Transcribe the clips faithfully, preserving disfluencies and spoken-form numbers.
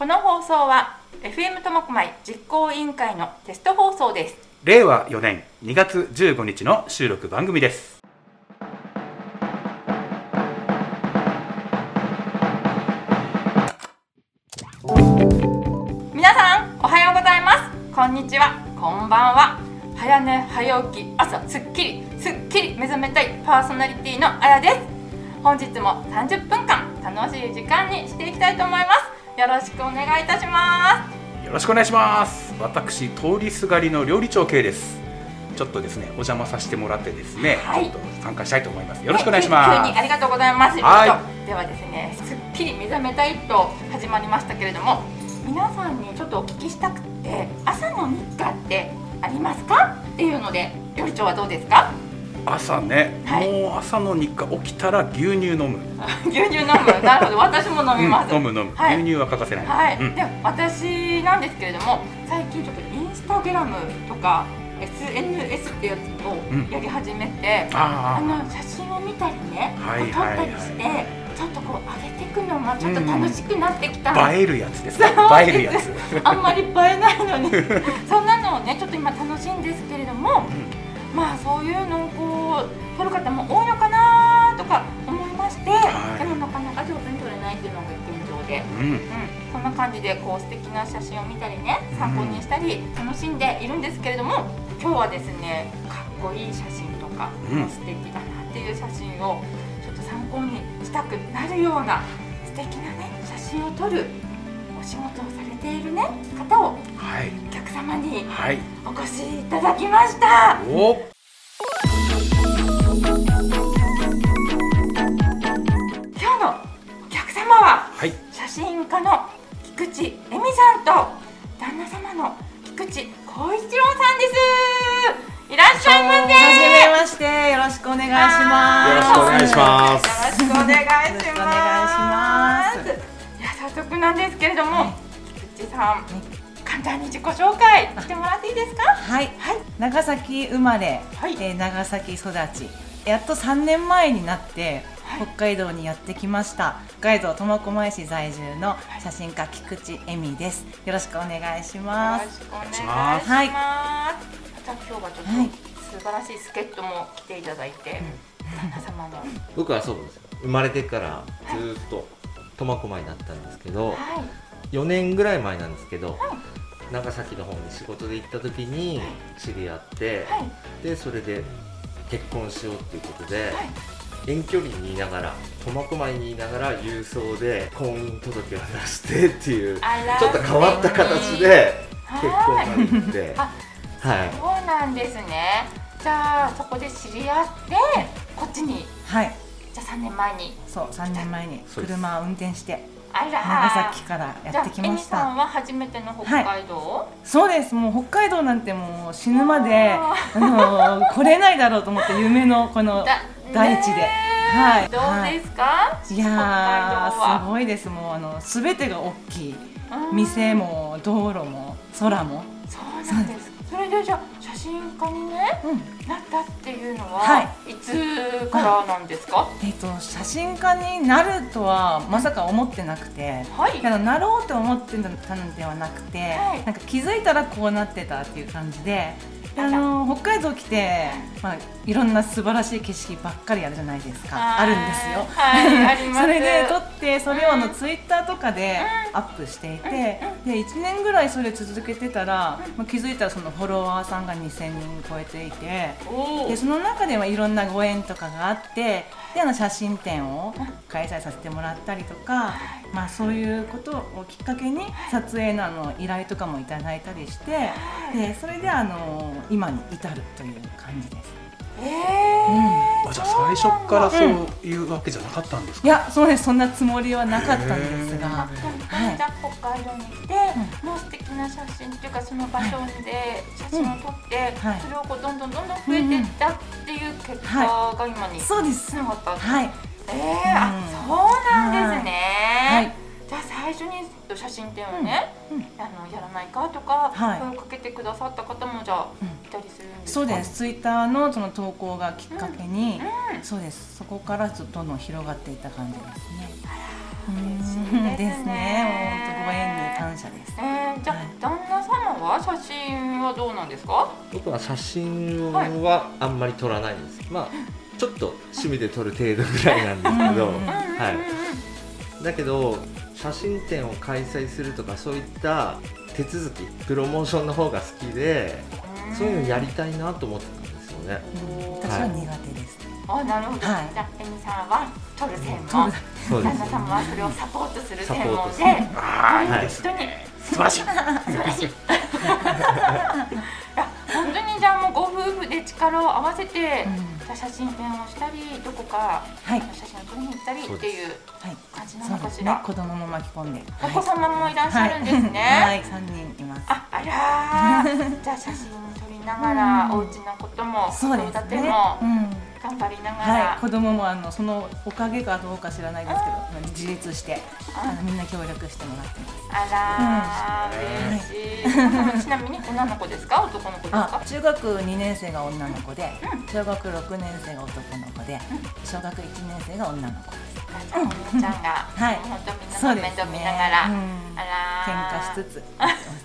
この放送は エフエム 苫小牧実行委員会のテスト放送です。 れいわよねんにがつじゅうごにちの収録番組です。 皆さんおはようございます。こんにちは、こんばんは。早寝早起き、朝すっきりすっきり目覚めたいパーソナリティのあやです。本日もさんじゅっぷんかん楽しい時間にしていきたいと思います。よろしくお願いいたします。 よろしくお願いします。私、通りすがりの料理長 K です。ちょっとですね、お邪魔させてもらってですね、はい、ちょっと参加したいと思います。よろしくお願いします。 急にありがとうございます。 はい、 ではですね、すっきり目覚めたいと始まりましたけれども、皆さんにちょっとお聞きしたくて、朝の日課ってありますかっていうので、料理長はどうですか？ 朝ね、はい、もう朝の日課、起きたら牛乳飲む牛乳飲むなるほど、私も飲みます、 うん、飲む飲む、はい、牛乳は欠かせない、 はいうん、 で私なんですけれども、最近ちょっとインスタグラムとか エスエヌエス ってやつをやり始めて、うん、ああの写真を見たりね、はいはいはい、撮ったりして、ちょっとこう上げていくのもちょっと楽しくなってきた、 うん、映えるやつですね。映えるやつあんまり映えないのにそんなのをね、ちょっと今楽しいんですけれども、うん、まあそういうのをこう撮る方も多いのかなとか思いまして、はい、でもなかなか上手に撮れないっていうのが現状で、うんうん、こんな感じでこう素敵な写真を見たりね、参考にしたり楽しんでいるんですけれども、今日はですね、かっこいい写真とか、うん、素敵だなっていう写真をちょっと参考にしたくなるような素敵なね、写真を撮るお仕事をされているね方を、はい、お客様にお越しいただきました、はい、お今日のお客様は、はい、写真家の菊池恵美さんと旦那様の菊池浩一郎さんです。いらっしゃいませ。 はじめまして、よろしくお願いします。 よろしくお願いします。 よろしくお願いします。いや、早速なんですけれども、はい、菊池さん、はい、簡単に自己紹介してもらっていいですか？ はい、はい、長崎生まれ、はい、で長崎育ち、やっとさんねんまえになって北海道にやってきました。北海道苫小牧市在住の写真家菊池恵美です。よろしくお願いします。 よろしくお願いします。はい、また今日はちょっと素晴らしい助っ人も来ていただいて、旦那様の僕はそうです。生まれてからずっと苫小牧だったんですけど、はい、よねんぐらい前なんですけど、はい、長崎の方に仕事で行った時に知り合って、はい、でそれで結婚しようっていうことで、はい、遠距離にいながら苫小牧にいながら郵送で婚姻届を出してっていうちょっと変わった形で結婚ができて、 はい、そうなんですね。じゃあそこで知り合ってこっちに、はい、じゃあさんねんまえに、 そうさんねんまえに車を運転してあら長崎からやってきました。 じゃあ恵美さんは初めての北海道、はい、 そうです。もう北海道なんてもう死ぬまであの来れないだろうと思って夢のこの大地で、はい、 どうですか？はい、 いやーすごいです。もうあの全てが大きい、店も道路も空も。 そうなんです。それでじゃあ写真家に、ね、うん、なったっていうのは、はい、いつからなんですか？ えっと、写真家になるとはまさか思ってなくて、はい、なろうと思ってたのではなくて、はい、なんか気づいたらこうなってたっていう感じで、あの北海道来て、まあ、いろんな素晴らしい景色ばっかりあるじゃないですか。あるんですよ、 はい、あります。 それで撮ってそれをのツイッターとかでアップしていて、でいちねんぐらいそれ続けてたら、まあ、気づいたらそのフォロワーさんがにせんにん超えていて、でその中ではいろんなご縁とかがあって、であの写真展を開催させてもらったりとか、まあ、そういうことをきっかけに撮影のあの依頼とかもいただいたりして、でそれであの今に至るという感じです。 えーうん、あ、じゃあ最初からそういうわけじゃなかったんですか？ いや、そうです。そんなつもりはなかったんですが、はい、じゃあ北海道に来て、うん、もう素敵な写真っていうか、その場所で写真を撮って、はい、それをこうどんどんどんどん増えていったっていう結果が今につながった。はい、えー、あ、そうなんですね。はい、じゃあ最初に写真展をね、うんうん、あのやらないかとか、はい、声をかけてくださった方もじゃあ、うん、いたりするんですか？ そうです。ツイッターのその投稿がきっかけに、うんうん、そうです。そこからどんどん広がっていった感じですね。 嬉しいですね。 ですね。本当ご縁に写真はどうなんですか？ 僕は写真はあんまり撮らないんです、はい、まあちょっと趣味で撮る程度ぐらいなんですけど、はい、だけど写真展を開催するとかそういった手続きプロモーションの方が好きで、そういうのやりたいなと思ってたんですよね。 私は苦手です。 あ、なるほど。 はい、 じゃあエミさんは撮る専門、旦那様はそれをサポートする専門で、 ああ、いい本です当にね。素晴らしい。 素晴らしい。いや本当にじゃあもうご夫婦で力を合わせて、うん、じゃあ写真展をしたりどこか写真を撮りに行ったりっていう感じなのかしら。 ね、子供も巻き込んで。 お子様もいらっしゃるんですね。 はい、はい、さんにんいます。 あ、あらー。じゃあ写真撮りながら、うん、お家のことも子育ても頑張りながら、 はい、子供もあのそのおかげかどうか知らないですけど、自立してあのみんな協力してもらってます。 あらー、うん、嬉しい。ちなみに女の子ですか、男の子ですか？ 中学にねん生が女の子で、うん、小学ろくねん生が男の子で、うん、小学いちねん生が女の子です。 お姉ちゃんが、はい、本当みんなの面倒見ながら、ね、うん、あら喧嘩しつつ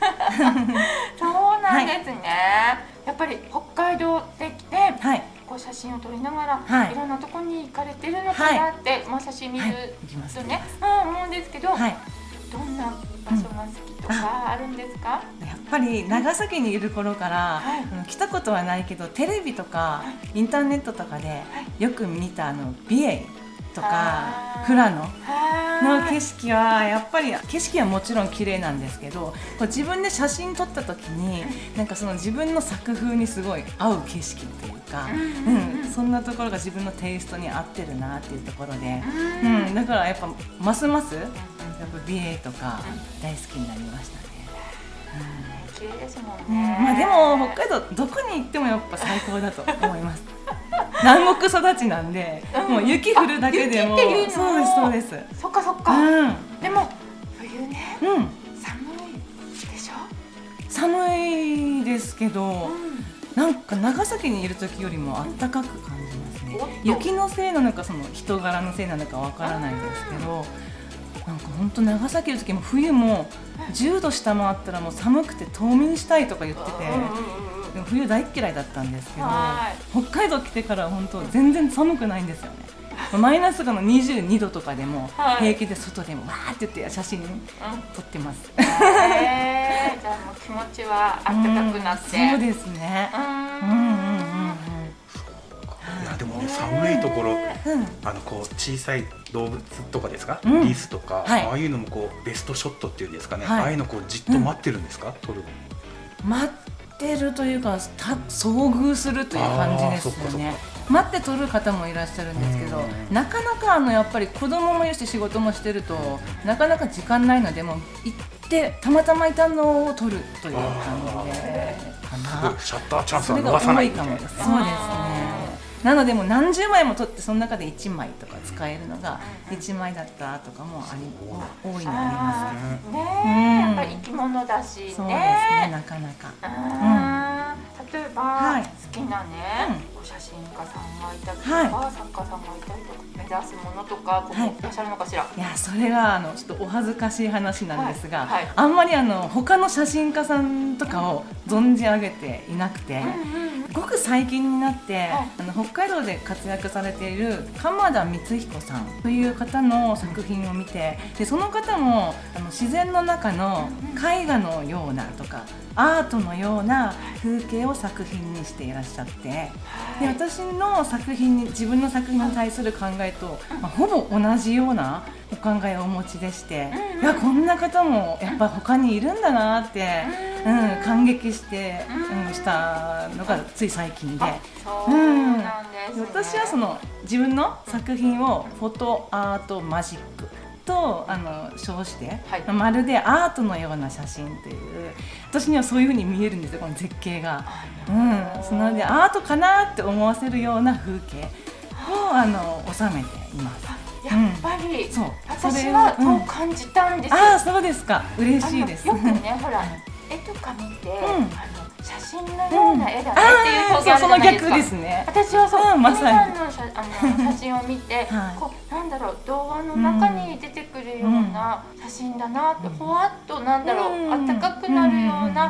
そうなんですね、はい、やっぱり北海道で来て、はい、こう写真を撮りながら、はい、いろんなところに行かれてるのかなって、はい、まあ、写真見るとね、はい、うん、思うんですけど、はい、どんな場所が好きとかあるんですか？ うん、やっぱり長崎にいる頃から、はい、うん、来たことはないけどテレビとか、はい、インターネットとかでよく見たあの美瑛とか富良野の景色はやっぱり景色はもちろん綺麗なんですけど、こう自分で写真撮った時になんかその自分の作風にすごい合う景色っていうか、うん、そんなところが自分のテイストに合ってるなっていうところで、うん、だからやっぱますますやっぱ美瑛とか大好きになりましたね。 うん、綺麗ですもんね。 うん、まあでも北海道どこに行ってもやっぱ最高だと思います。南国育ちなんで、うん、もう雪降るだけでも、 雪っていうのそうですそうです。 そっかそっか、うん、でも冬ね、うん、寒いでしょ？ 寒いですけど、うん、なんか長崎にいる時よりも暖かく感じますね。雪のせいなのかその人柄のせいなのかわからないんですけど、なんか本当長崎いる時も冬もじゅうど下回ったらもう寒くて冬眠したいとか言ってて、でも冬大っ嫌いだったんですけど、北海道来てから本当全然寒くないんですよね。マイナスがのにじゅうにどとかでも平気で外でもわーって言って写真撮ってます。 うん、えー、じゃあもう気持ちは暖かくなって、うん、 そうですね。うんうんうんうん。 いやでもね、寒いところ、うん、あのこう小さい動物とかですか、うん、リスとか、はい、ああいうのもこうベストショットっていうんですかね、はい、ああいうのこうじっと待ってるんですか、うん、撮るの。 待ってるというかた遭遇するという感じですよね。待って撮る方もいらっしゃるんですけど、なかなかあのやっぱり子供もいるし仕事もしてるとなかなか時間ないので、もう行ってたまたまいたのを撮るという感じでかな。 シャッターチャンスは逃さないみたいな。 そうですね。なのでもう何十枚も撮ってその中でいちまいとか使えるのがいちまいだったとかもあり多いのありますね。 ね、やっぱり生き物だしね。 そうですね、なかなか。 例えば好きなね、写真家さんがいたりとか作家さんがいたりとか目指すものとかここいらっしゃるのかしら。 いや、それがあのちょっとお恥ずかしい話なんですが、あんまりあの他の写真家さんとかを存じ上げていなくて。ごく最近になって、はい、あの北海道で活躍されている鎌田光彦さんという方の作品を見て、でその方もあの自然の中の絵画のようなとかアートのような風景を作品にしていらっしゃって、で私の作品に自分の作品に対する考えと、まあ、ほぼ同じようなお考えをお持ちでして、いやこんな方もやっぱ他にいるんだなって、うん、感激して、うん、したのがつい最近で、 そうなんですね。 私はその自分の作品をフォトアートマジックとあの称して、はい、まるでアートのような写真という、私にはそういう風に見えるんですよ、この絶景が。うん、そのでアートかなって思わせるような風景をあの収めています。 やっぱり、うん、そう私はそう感じたんですよ。 ああ、そうですか、嬉しいです。 よくね、ほら絵とか見て、うん、あの写真のような絵だねっていう表現あるじゃないですか。 その逆ですね。 私はそう、皆さんの写あの写真を見て、はい、こうなんだろう、童話の中に出てくるような写真だなって、ほわっとなんだろう、暖かくなるような写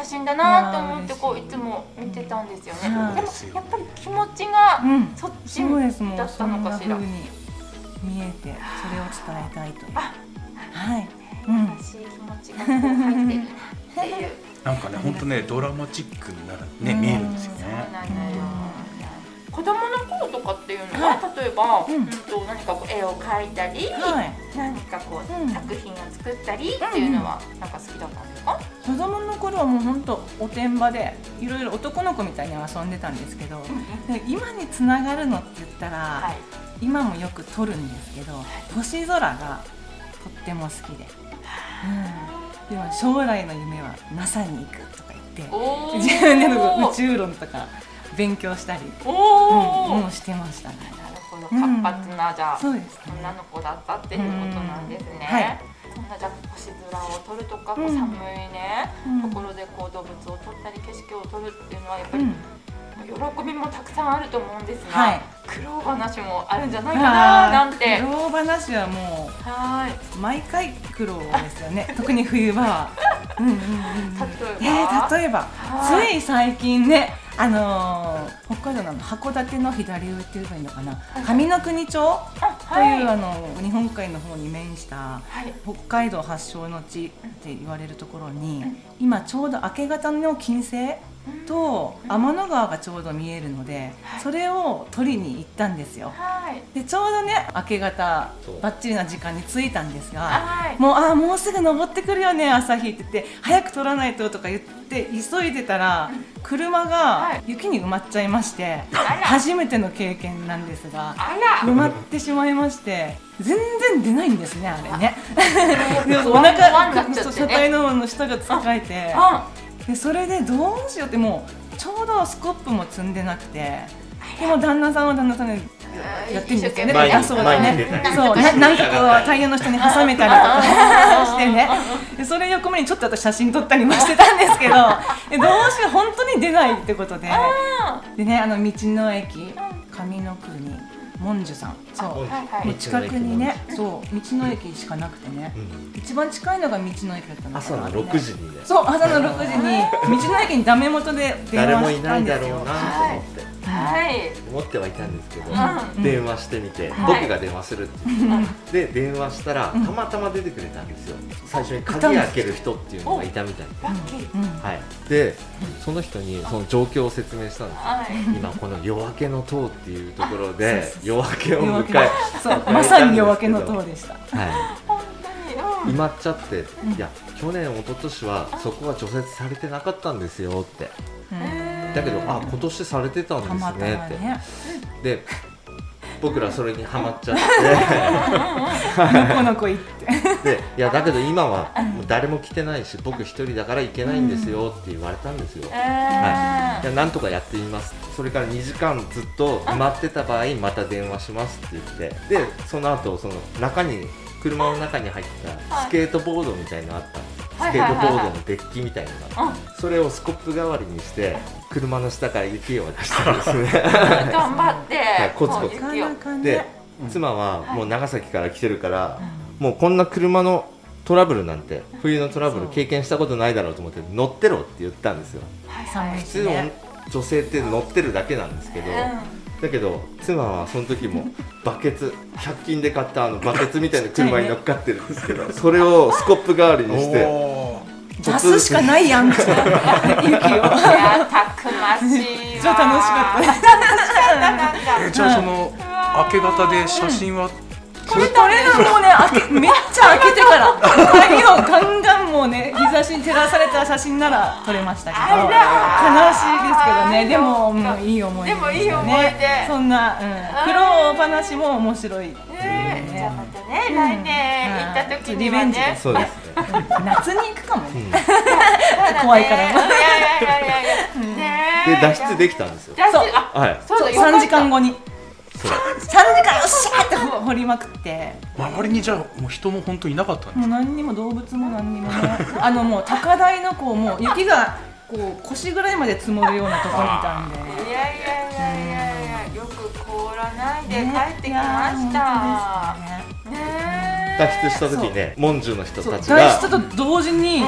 真だなと思ってこういつも見てたんですよね。でもやっぱり気持ちがそっちだったのかしら。 見えてそれを伝えたいという。はい。 優しい気持ちがこう入ってるっていう。 なんかね本当ねドラマチックになるね見えるんですよね。 そうなんだよ。子供の頃とかっていうのは例えば、うん、と何かこう絵を描いたり、はい、何かこう、うん、作品を作ったりっていうのはなんか好きだったんですか？ 子供の頃はもう本当おてんばでいろいろ男の子みたいに遊んでたんですけど、うん、今につながるのって言ったら、はい、今もよく撮るんですけど、はい、星空がとっても好きで、うん、でも将来の夢は ナサ に行くとか言って自分での宇宙論とか勉強したり、うん、もうしてましたね。 なるほど、活発な、うん、じゃあ、そうですね、女の子だったっていうことなんですね。はい、そんなじゃあ星空を撮るとか、こう寒いね、うん、ところでこう動物を撮ったり景色を撮るっていうのはやっぱり、うん、喜びもたくさんあると思うんですが、はい、苦労話もあるんじゃないかななんて。 苦労話はもうはい毎回苦労ですよね。特に冬場は。うんうんうん、例えば、えー、例えばつい最近ね。あのー、北海道の函館の左上って言えばいいのかな、上の国町という、はい、あの日本海の方に面した、はい、北海道発祥の地って言われるところに、うん、今ちょうど明け方の金星と天の川がちょうど見えるので、はい、それを撮りに行ったんですよ。はい、でちょうどね明け方バッチリな時間に着いたんですが、はい、もうあもうすぐ登ってくるよね朝日って言って早く撮らないととか言って急いでたら、うん、車が雪に埋まっちゃいまして、はい、初めての経験なんですが埋まってしまいまして全然出ないんですねあれね。お腹車体の下がつっかえてでそれでどうしようってもうちょうどスコップも積んでなくてでも旦那さんは旦那さんでやってるんですよね。あそうだね。そうななんかこうタイヤの下に挟めたりとかしてね。でそれ横目にちょっと私写真撮ったりもしてたんですけど、でどうしよう本当に出ないってことで、でねあの道の駅上の国文殊さんそうもう近くにねそう道の駅しかなくてね、うん、一番近いのが道の駅だったの朝のろくじにねそう朝のろくじに道の駅にダメ元で電話したんですよ。 誰もいないだろうなと思って。はい、思ってはいたんですけど、うん、電話してみて、うん、僕が電話するって言って、うん、で電話したら、うん、たまたま出てくれたんですよ。最初に鍵開ける人っていうのがいたみたいで、はい、でその人にその状況を説明したんです、はい、今この夜明けの塔っていうところで夜明けを迎えそうまさに夜明けの塔でした、 はい、本当に、 埋まっちゃって、うん、いや去年一昨年はそこは除雪されてなかったんですよって、だけどあ今年されてたんですねって、ね、で僕らそれにハマっちゃってのこのこ行ってでいやだけど今はもう誰も来てないし僕一人だから行けないんですよって言われたんですよ、うんはい、いやなんとかやってみます。それからにじかんずっと埋まってた場合また電話しますって言ってでその後その中に車の中に入ったスケートボードみたいなのあったんです。スケートボードのデッキみたいなのがあって、それをスコップ代わりにして車の下から雪を出したんですね。 頑張って、はい、 コツコツで、妻はもう長崎から来てるから、もうこんな車のトラブルなんて冬のトラブル経験したことないだろうと思って乗ってろって言ったんですよ。普通の女性って乗ってるだけなんですけど、だけど妻はその時もバケツひゃく均で買ったあのバケツみたいな車に乗っかってるんですけど、それをスコップ代わりにして出すしかないやんって雪をいやたくましいわ。 超楽しかった。 えじゃあその明け方で写真はこれ撮れるもうねめっちゃ開けてから鍵をガンガンもうね日差しに照らされた写真なら撮れましたけど悲しいですけどね。でももういい思い出ですよね。でもいい思い出そんな、うん、苦労話も面白いっていうね。 じゃあまたね、うん、来年行った時にはねそうですね夏に行くかもね、うん、怖いからいやいやいやいやで脱出できたんですよ。 そうはい、そうさんじかんごにさんじかんよっしゃーって掘りまくって周りにじゃあもう人も本当にいなかったんですか。 もう何にも動物も何にもねあのもう高台のこうもう雪がこう腰ぐらいまで積もるようなところにいたんでいやいやいやいやいやよく凍らないで帰ってきましたね。 脱出した時ね文殊の人たちが脱出と同時に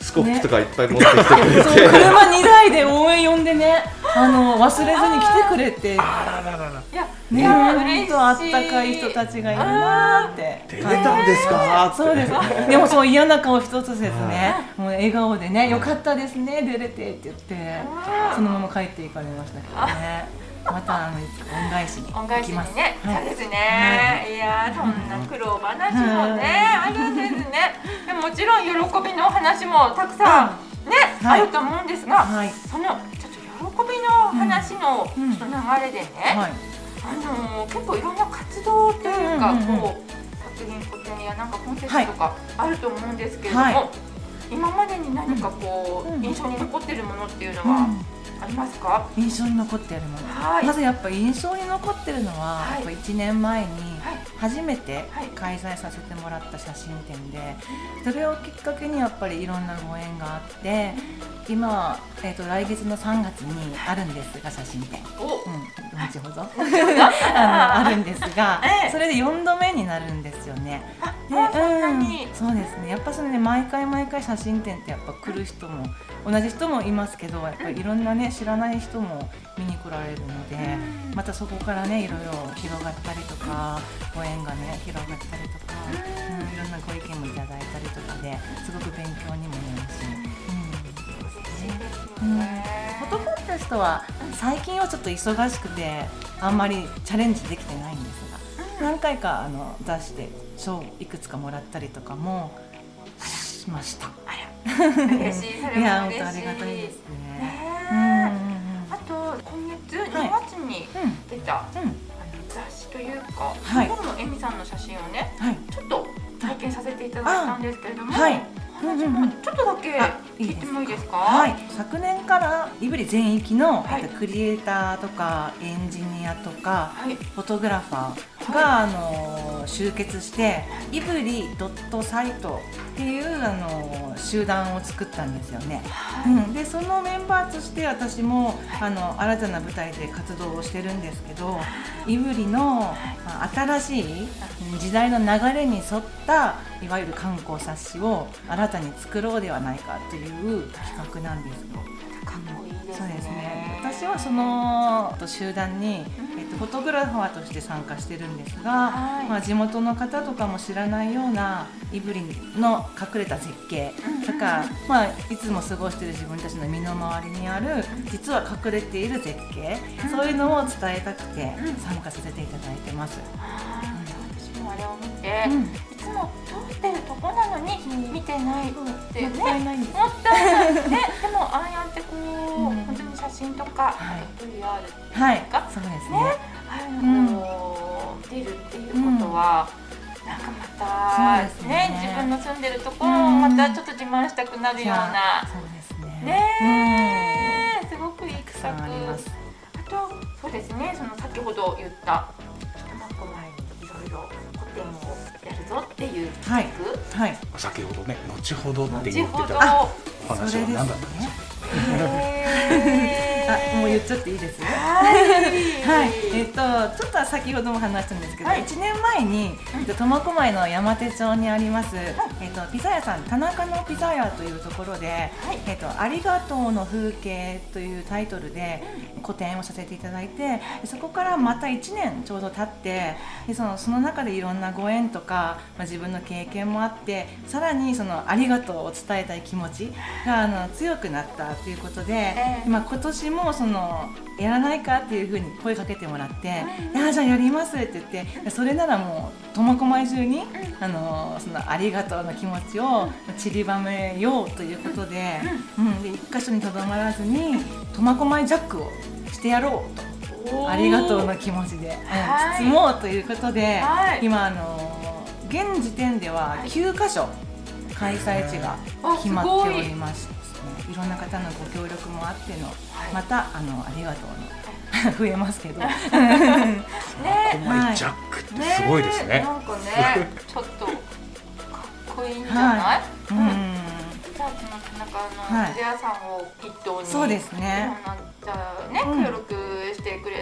スコップとかいっぱい持ってきてくれて、ね、 そう車にだいで応援呼んでね、あの忘れずに来てくれて、 あらららら、 いやね、本当あったかい人たちがいるなって出れたんですか？ そうです。でもそう嫌な顔一つせずね、もう笑顔でね、よかったですね出れてって言って、そのまま帰っていかれましたけどね。またあの恩返しに恩返しにね、 はい、 そうですね、はい、いやそんな苦労話もね、あるんですね。でももちろん喜びの話もたくさんね、はい、あると思うんですが、はい、そのちょっと喜びの話のちょっと流れでね、うんうん、はい、あのー、結構いろんな活動というか、うんうんうん、こう作品個展やなんかコンテストとかあると思うんですけれども、はい、今までに何かこう、うん、印象に残っているものっていうのは、うん、ありますか？ 印象に残っているもの、はい、まずやっぱ印象に残ってるのは、はい、やっぱいちねんまえに初めて開催させてもらった写真展で、それをきっかけにやっぱりいろんなご縁があって、今、えー、と来月のさんがつにあるんですが、写真展、うん、後ほどあのあるんですが、それでよんどめになるんですよね。で、うん、そうですね、やっぱそれで、ね、毎回毎回写真展ってやっぱ来る人も同じ人もいますけど、やっぱりいろんなね知らない人も見に来られるので、またそこからねいろいろ広がったりとか、ご縁がね広がったりとか、うん、いろんなご意見もいただいたりとかですごく勉強にもなるし、うん、うん、フォトコンテストは最近はちょっと忙しくてあんまりチャレンジできてないんですが、何回かあの出して賞いくつかもらったりとかもしました。 嬉しい、それも嬉しい。 いや、本当ありがたいですね。 うん、あと今月にがつに出た、はい、うん、あの雑誌というか、はい、本のエミさんの写真をね、はい、ちょっと体験させていただいたんですけれども、はい、話もちょっとだけ聞いてもいいですか？ はい、昨年から胆振全域の、はい、クリエイターとかエンジニアとか、はい、フォトグラファーが、はい、あの集結して胆振ドットサイトっていうあの集団を作ったんですよね。はい、うん、でそのメンバーとして私もあの新たな舞台で活動をしてるんですけど、胆振の新しい時代の流れに沿ったいわゆる観光冊子を新たに作ろうではないかという企画なんですよ。 かっこいいですね。 そうですね。私はその集団に、えっと、フォトグラファーとして参加してるんですが、はい、まあ、地元の方とかも知らないような胆振の隠れた絶景とか、まあ、いつも過ごしている自分たちの身の回りにある実は隠れている絶景、そういうのを伝えたくて参加させていただいてます。 私もあれを見て、うん、いつも通ってるとこなのに見てないってね、もったいないんです。もったいないね。でもああやってこう、うん、本当に写真とか、はい、ブイアールとか、はい、 そうですね。 ね、ああいうのを出るっていうことは、うん、なんかまた ね, ね自分の住んでるところもまたちょっと自慢したくなるような、 そうですね。 ね、うん、すごくいい企画。 あります。 あとそうですね、その先ほど言った一幕前にいろいろ個展をやるぞっていう企画、はいはい、 先ほどね、後ほどって言ってたお話は何だったんでしょう。 あ、もう言っちゃっていいですよ。はい、はい、えっとちょっと先ほども話したんですけど、はい、いちねんまえに苫小牧の山手町にあります、はい、えっとピザ屋さん、田中のピザ屋というところで、はい、えっとありがとうの風景というタイトルで個展をさせていただいて、そこからまたいちねんちょうど経って、でそのその中でいろんなご縁とか、まあ、自分の経験もあって、さらにそのありがとうを伝えたい気持ちがあの強くなったということで、えー、まあ、今年ももそのやらないかっていう風に声かけてもらって、いやじゃあやりますって言って、それならもう苫小牧中にあのそのありがとうの気持ちを散りばめようということで、うん、で一箇所にとどまらずに苫小牧ジャックをしてやろうと、ありがとうの気持ちで、うん、包もうということで、はい、今あの現時点ではきゅうかしょ開催地が決まっておりまして、いろんな方のご協力もあっての、はい、またあのありがとうの増えますけど、ね、 苫小牧ジャックってすごいですね。 ね、なんかね、ちょっとかっこいいんじゃない？はい、うん。じゃあその田中のピザ屋さんを筆頭に、 そうですね。 じゃあね、協力してくれて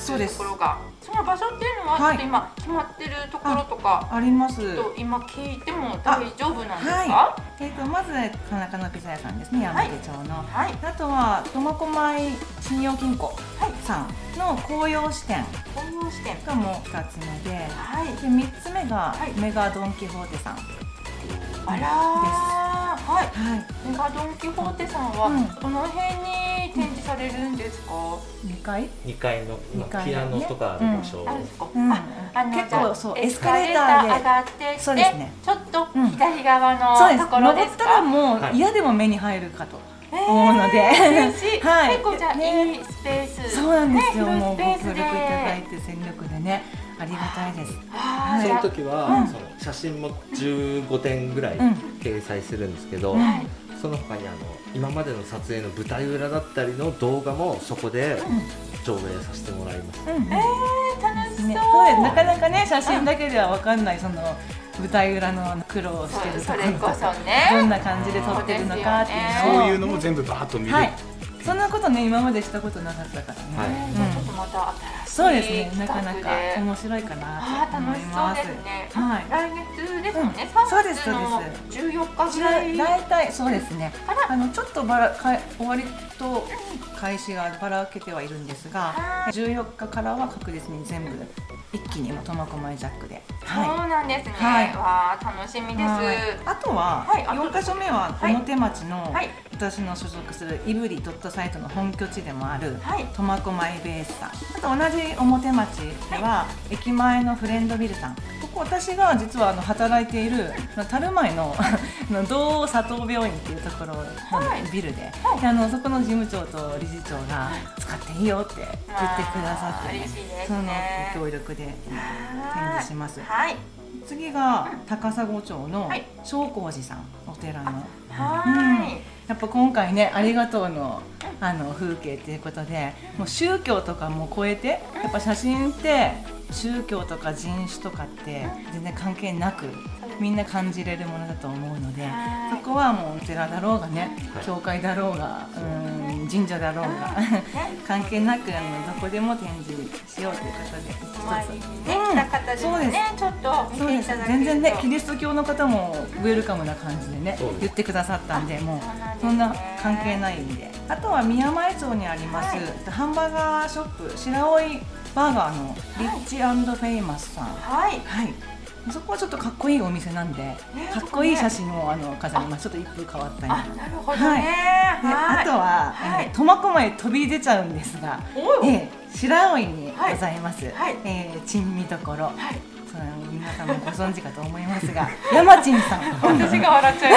というところが、その場所っていうのはちょっと今決まってるところとかあります。 と今聞いても大丈夫なんですか？ はい、えー、とまず田中のピザ屋さんですね、山手町の、はい、あとは苫小牧信用金庫さんの紅葉支店がもうふたつめで、はい、でみっつめがメガドン・キホーテさん、 あらー、はい、はい、メガドン・キホーテさんはどの辺に展示されるんですか？ にかいにかいのピアノとかある場所、 結構そうエスカレーターで上がってきて、ちょっと左側のところですか？ 登ったらもう嫌でも目に入るかと思うので、 結構じゃあいいスペース、 そうなんですよ、もうご協力いただいて全力でね、ありがたいです。 その時はその写真もじゅうごてんぐらい掲載するんですけど、その他にあの今までの撮影の舞台裏だったりの動画もそこで上映させてもらいます。 えー、楽しそう。 そう、なかなかね写真だけでは分かんないその舞台裏の苦労してるところとか、どんな感じで撮ってるのかっていうのを、そういうのも全部バーッと見る。 そんなことね今までしたことなかったからね。 はい、うん、ちょっとまた新しい、 そうですね、なかなか面白いかなと思います。 楽しそうですね。はい、来月ですもんね。 うん、そうですそうです。 じゅうよっかぐらい。 大体そうですね。あのちょっとばらか終わりと開始がばらけてはいるんですが、じゅうよっかからは確実に全部一気に苫小牧ジャックで。 はい、そうなんですね。はい、わあ楽しみです。 あとはよんかしょめは表町の私の所属するイブリドットサイトの本拠地でもある苫小牧ベースさん、あと同じ表町では駅前のフレンドビルさん、ここ私が実はあの働いている樽前の道佐藤病院っていうところのビルで、はい、であのそこの事務長と理事長が使っていいよって言ってくださって、ね、そのご協力で展示します。はい、次が高砂町の正光寺さん、お寺の、はい、うん、やっぱ今回ねありがとうのあの風景ということで、もう宗教とかも超えてやっぱ写真って宗教とか人種とかって全然関係なくみんな感じれるものだと思うので、そこはもうお寺だろうがね、教会だろうが、うん、神社だろうが関係なくあのどこでも展示しようということで一つできた方でもね、ちょっと見ていただけると全然ねキリスト教の方もウェルカムな感じでね言ってくださったんで、もうそんな関係ない意味で、あとは宮前町にあります、はい、ハンバーガーショップ白老バーガーのリッチ&フェイマスさん、はい、はい、そこはちょっとかっこいいお店なんで、かっこいい写真をあの飾ります。ちょっと一風変わったり。 あ、なるほどね。はい、 であとは、はい、えー、苫小牧飛び出ちゃうんですが、えー、白老にございます、はい、えー、珍味どころ、はい、その皆さんもご存知かと思いますが山珍さん私が笑っちゃいま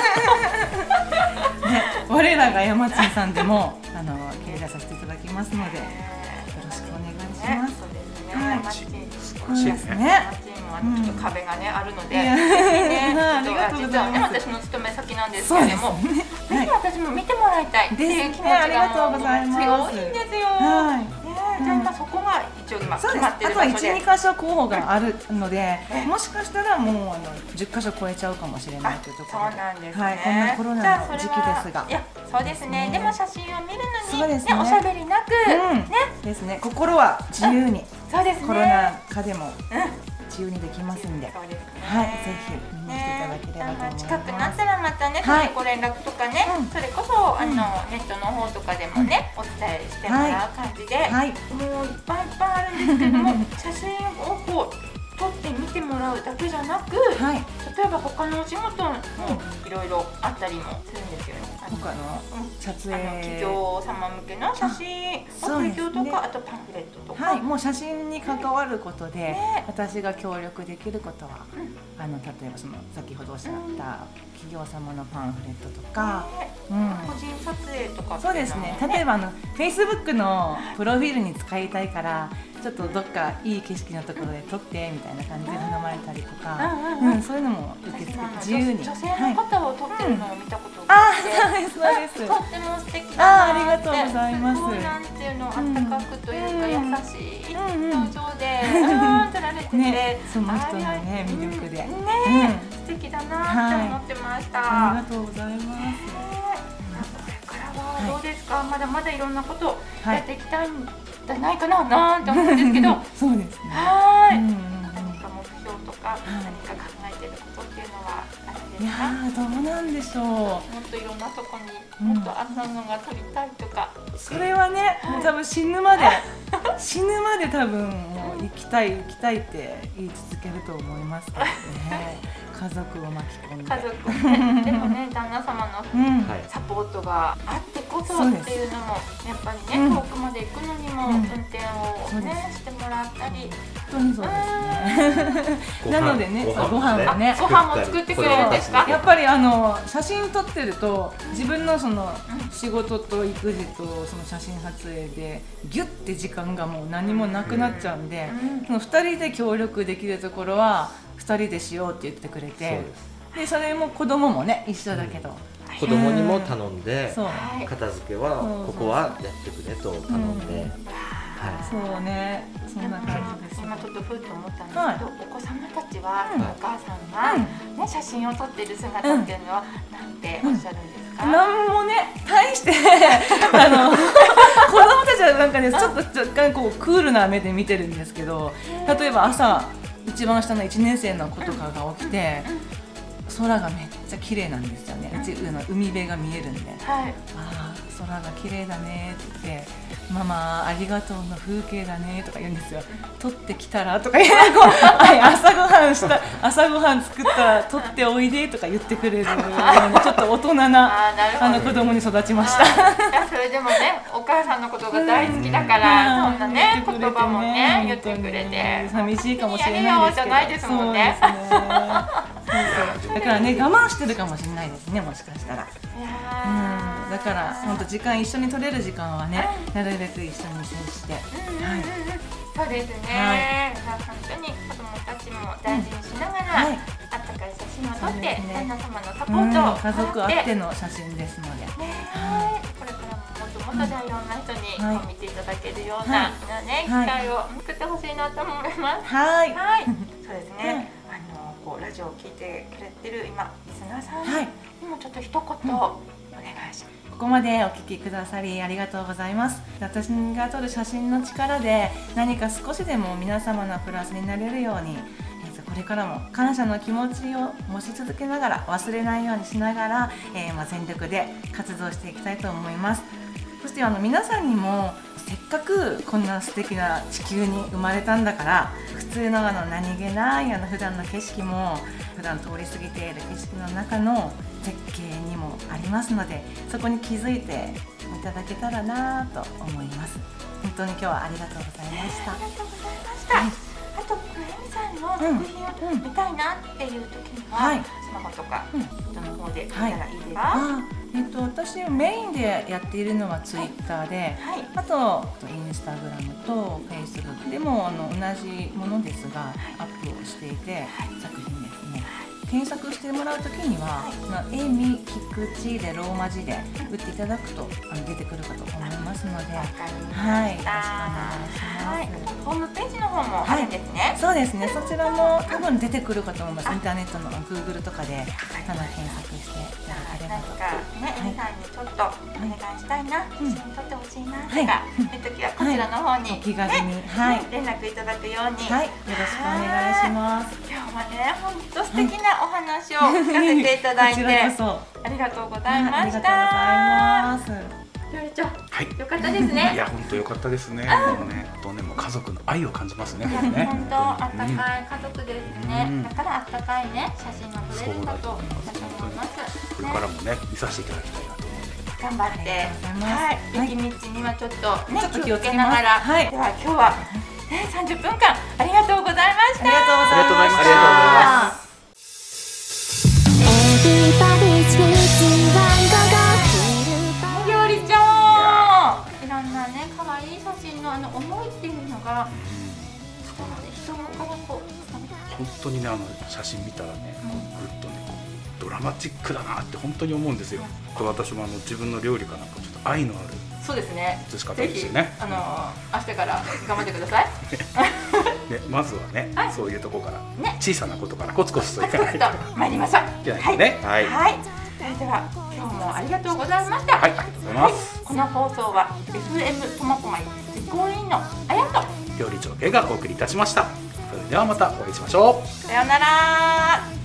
したね、我らが山珍さんでもあの経済させていただきますのでよろしくお願いします。 そうですね、山珍そうですね。 ちょっと壁がね、うん、あるので、ね、実はね私の勤め先なんですけれども、ぜひ、はい、私も見てもらいたいっていう気持ちがもう強いんですよ。はい、じゃあ今そこが一応今決まってる場所で、あとはいち、にかしょ候補があるので、もしかしたらもうあのじゅっかしょ超えちゃうかもしれないというところで、そうなんですね。はい、こんなコロナの時期ですが、 いやそうですね。でも写真を見るのにね、おしゃべりなくねですね。心は自由に、 そうですね。 コロナ禍でも自由にできますんで、はい、ぜひ見に来ていただければと思います。 近くなったらまたね、ご連絡とかね、それこそあのネットの方とかでもねお伝えしてもらう感じで、もういっぱいいっぱいあるんですけども、写真をこう撮って見てもらうだけじゃなく、はい、例えば他のお仕事もいろいろあったりもするんですよね。 他の撮影、 企業様向けの写真提供とか、ね、あとパンフレットとか、 はい、もう写真に関わることで、ね、私が協力できることは、うん、あの例えばその先ほどおっしゃった、うん、企業様のパンフレットとか、ね、うん、 個人撮影とか、 そうですね。例えばあの Facebook のプロフィールに使いたいからちょっとどっかいい景色のところで撮ってみたいな感じで頼まれたりとか、うんうん、そういうのも受け付けて自由に女性の方を撮ってるのを見たことがあって、 あ、そうですそうです。 とっても素敵だなって。あ、 ありがとうございます。 そうなんていうの、あったかくというか優しい表情で撮られてて、 その人のね魅力でね素敵だなって思ってました。 ありがとうございます。これからはどうですか。まだまだいろんなことやっていきたいんじゃないかななんて思うんですけどそうですね。 はい、うん、何か目標とか、何か考えていることっていうのはあるんですか？ いやどうなんでしょう。もっといろんなとこにもっとあんなのが撮りたいとか、 うん、それはね、はい、多分死ぬまで死ぬまで多分もう行きたい行きたいって言い続けると思いますけどね。家族を巻き込んで家族を、ね、でもね旦那様のサポートがあってこそっていうのもやっぱりね、遠くまで行くのにも運転をねしてもらったり、 本当にそうですね。なのでね、ご飯をね、 ご飯も作ってくれるんですか？ やっぱりあの写真撮ってると自分のその仕事と育児とその写真撮影でギュッて時間がもう何もなくなっちゃうんで、そのふたりで協力できるところはふたりでしようって言ってくれて、そでそれも子供もね一緒だけど、 うん、子供にも頼んで、うん、片付けはここはやってくれと頼んで、うん、はい、 そうね、そんな感じです。 今ちょっとふっと思ったんですけど、はい、お子様たちは、うん、お母さんが、うんね、写真を撮っている姿っていうのは何ておっしゃるんですか？ なんもね、大してあの子供たちはなんかね、ちょっと若干こうクールな目で見てるんですけど、例えば朝一番下のいちねん生の子とかが起きて、空がめっちゃ綺麗なんですよね。うち海辺が見えるんで、はい、ああ空が綺麗だねって言って、ママありがとうの風景だねとか言うんですよ。撮ってきたらとか言う朝ごはんした朝ごはん作ったら撮っておいでとか言ってくれるちょっと大人な あ, あの子供に育ちました。 それでもね、お母さんのことが大好きだから、そんなね言葉もね言ってくれて、 寂しいかもしれないですけど、 じゃないですもんね。 そうですね。だからね、我慢してるかもしれないですね、もしかしたら。いやうん、だから本当時間一緒に取れる時間はね、なるべく一緒に接して、はい、 そうですね、はい、本当に子どもたちも大事にしながら、うん、はい、あったかい写真を撮って、ね、旦那様のサポートを、 うん、家族あっての写真ですので、 ね、はい、これからももっともっといろんな人に、はい、見ていただけるような、はい、ね、機会を作ってほしいなと思います。 はい、 はい、そうですね、はい、あのこうラジオを聞いてくれてる今リスナーさんにもちょっと一言、うん、お願いします。 ここまでお聞きくださりありがとうございます。私が撮る写真の力で何か少しでも皆様のプラスになれるように、これからも感謝の気持ちを持ち続けながら、忘れないようにしながら、えー、まあ全力で活動していきたいと思います。そしてあの皆さんにも、せっかくこんな素敵な地球に生まれたんだから、普通のあの何気ないあの普段の景色も、普段通り過ぎている景色の中の絶景にもありますので、そこに気づいていただけたらなと思います。本当に今日はありがとうございました。 ありがとうございました。はい、あと、えみさんの作品を見たいなっていう時には、はい、スマホとかネットの方で見たらいいですか？はい、 えっと、私メインでやっているのはツイッターで、はい、あとインスタグラムとフェイスブックでもあの同じものですが、アップをしていて、はい、作品ですね。検索してもらうときには、はい、えみきくちでローマ字で打っていただくとあの出てくるかと思いますので、はい、よろしくお願いします。はい、 ホームページの方もあるんですね。 はい、そうですね。そちらも多分出てくるかと思います。インターネットの Google とかであの検索していただければと。 ね、えみさんにちょっとお願いしたいな、写真撮ってほしいなとかいうときはこちらの方に、 お気軽に、はい、 連絡いただくように、 はい、よろしくお願いします。 今日はね、本当素敵なお話を聞かせていただいて、ありがとうございました。 ありがとうございます。 料理長、はい、良かったですね。 いや、本当良かったですね。もうね、とね、もう家族の愛を感じますね。 本当、あったかい家族ですね。だからあったかいね、写真が撮れるかと思います。 これからもね、見させていただきたいなと思って。 頑張って、はい、行き道にはちょっとね、気をつけながら、では今日はね、さんじゅっぷんかんありがとうございました。 ありがとうございました。 ありがとうございます。 料理長、いろんなね、可愛い写真のあの思いっていうのが、人からこう本当にね、あの写真見たらね、こうぐっとね、こうドラマチックだなって本当に思うんですよ。私もあの自分の料理かなんかちょっと愛のあるそうですね。 写し方ですよね。 あの明日から頑張ってください。 ね、まずはね、はい、そういうところから、ね、小さなことからコツコツといかないと参りましょう。 はい、ね、はい、 はい。 それでは今日もありがとうございました。 はい、ありがとうございます。 この放送は エフエム 苫小牧実行委員のあやと料理長 K がお送りいたしました。それではまたお会いしましょう。 さようなら。